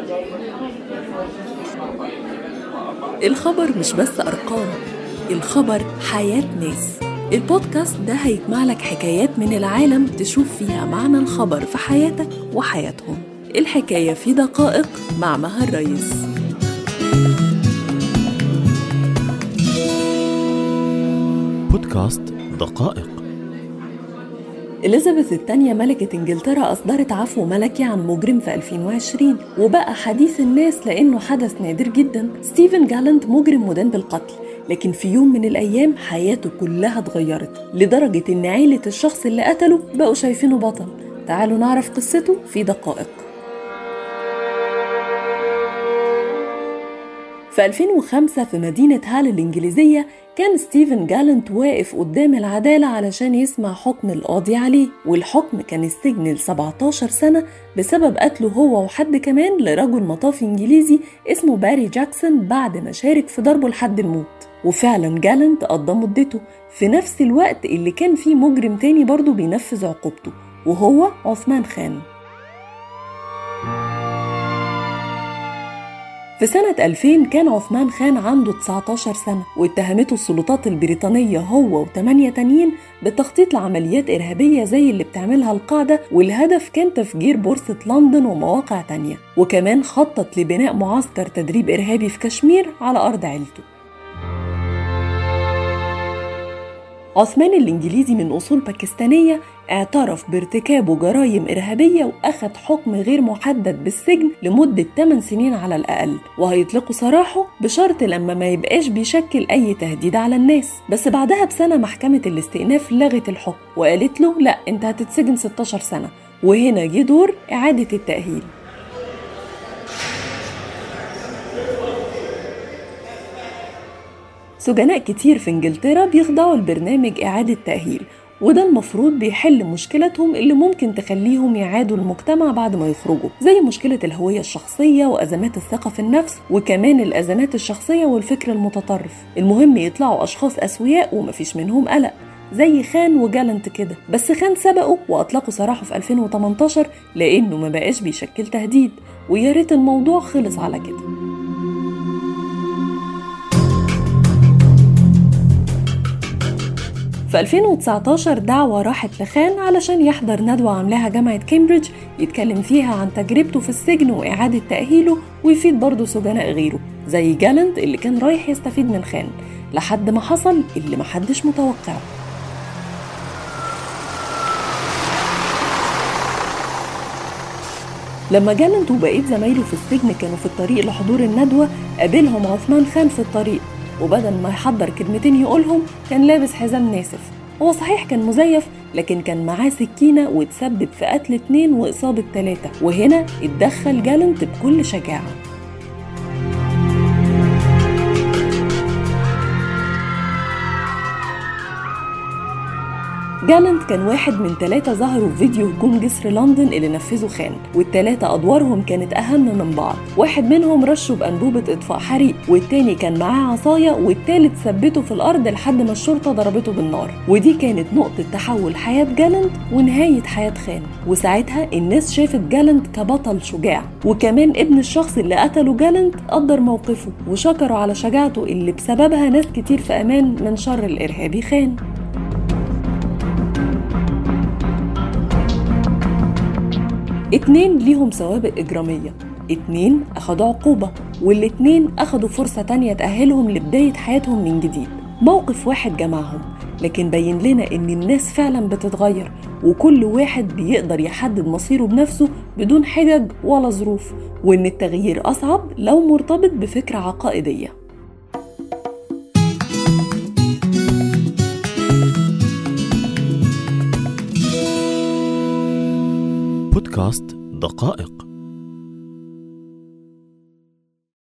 الخبر مش بس أرقام، الخبر حياة ناس. البودكاست ده هيجمع لك حكايات من العالم تشوف فيها معنى الخبر في حياتك وحياتهم. الحكاية في دقائق مع مها الرئيس. بودكاست دقائق. إليزابيث الثانية ملكة إنجلترا أصدرت عفو ملكي عن مجرم في 2020 وبقى حديث الناس لأنه حدث نادر جدا. ستيفن جالنت مجرم مدان بالقتل، لكن في يوم من الأيام حياته كلها اتغيرت لدرجة إن عائلة الشخص اللي قتله بقوا شايفينه بطل. تعالوا نعرف قصته في دقائق. في 2005 في مدينة هال الإنجليزية كان ستيفن جالنت واقف قدام العدالة علشان يسمع حكم القاضي عليه، والحكم كان السجن ل17 سنة بسبب قتله هو وحد كمان لرجل مطافي إنجليزي اسمه باري جاكسون بعد ما شارك في ضربه لحد الموت. وفعلا جالنت قضى مدته في نفس الوقت اللي كان فيه مجرم تاني برضه بينفذ عقوبته وهو عثمان خان. في سنة 2000 كان عثمان خان عنده 19 سنة، واتهمته السلطات البريطانية هو و8 تانيين بالتخطيط لعمليات إرهابية زي اللي بتعملها القاعدة، والهدف كان تفجير بورصة لندن ومواقع تانية، وكمان خطط لبناء معسكر تدريب إرهابي في كشمير على أرض عيلته. عثمان الإنجليزي من أصول باكستانية اعترف بارتكابه جرائم إرهابية وأخذ حكم غير محدد بالسجن لمدة 8 سنين على الأقل، وهيطلقوا سراحه بشرط لما ما يبقاش بيشكل أي تهديد على الناس. بس بعدها بسنة محكمة الاستئناف لغت الحكم وقالت له لا، انت هتتسجن 16 سنة. وهنا جه دور إعادة التأهيل. سجناء كتير في انجلترا بيخضعوا لبرنامج إعادة تأهيل، وده المفروض بيحل مشكلتهم اللي ممكن تخليهم يعادوا المجتمع بعد ما يخرجوا، زي مشكلة الهوية الشخصية وأزمات الثقة في النفس، وكمان الأزمات الشخصية والفكر المتطرف. المهم يطلعوا أشخاص أسوياء ومفيش منهم قلق زي خان وجالنت كده. بس خان سبقوا وأطلقوا سراحه في 2018 لأنه ما بقاش بيشكل تهديد، وياريت الموضوع خلص على كده. في 2019 دعوة راحت لخان علشان يحضر ندوة عاملاها جامعة كامبريدج يتكلم فيها عن تجربته في السجن وإعادة تأهيله، ويفيد برضه سجناء غيره زي جالنت اللي كان رايح يستفيد من خان، لحد ما حصل اللي محدش متوقعه. لما جالنت وبقية زمايله في السجن كانوا في الطريق لحضور الندوة قابلهم عثمان خان في الطريق، وبدل ما يحضر كلمتين يقولهم كان لابس حزام ناسف. هو صحيح كان مزيف، لكن كان معاه سكينة وتسبب في قتل 2 وإصابة 3. وهنا اتدخل جالنت بكل شجاعة. جالنت كان واحد من 3 ظهروا في فيديو هجوم جسر لندن اللي نفذه خان، وال3 أدوارهم كانت أهم من بعض. واحد منهم رشه بأنبوبة إطفاء حريق، والتاني كان معاه عصاية، والتالت ثبته في الأرض لحد ما الشرطة ضربته بالنار. ودي كانت نقطة تحول حياة جالنت ونهاية حياة خان. وساعتها الناس شافت جالنت كبطل شجاع، وكمان ابن الشخص اللي قتله جالنت قدر موقفه وشكره على شجاعته اللي بسببها ناس كتير في أمان من شر الإرهابي خان. 2 ليهم سوابق إجرامية، 2 أخدوا عقوبة، وال2 أخدوا فرصة تانية تأهلهم لبداية حياتهم من جديد. موقف واحد جمعهم، لكن بين لنا إن الناس فعلا بتتغير، وكل واحد بيقدر يحدد مصيره بنفسه بدون حجج ولا ظروف، وإن التغيير أصعب لو مرتبط بفكرة عقائدية. بودكاست دقائق.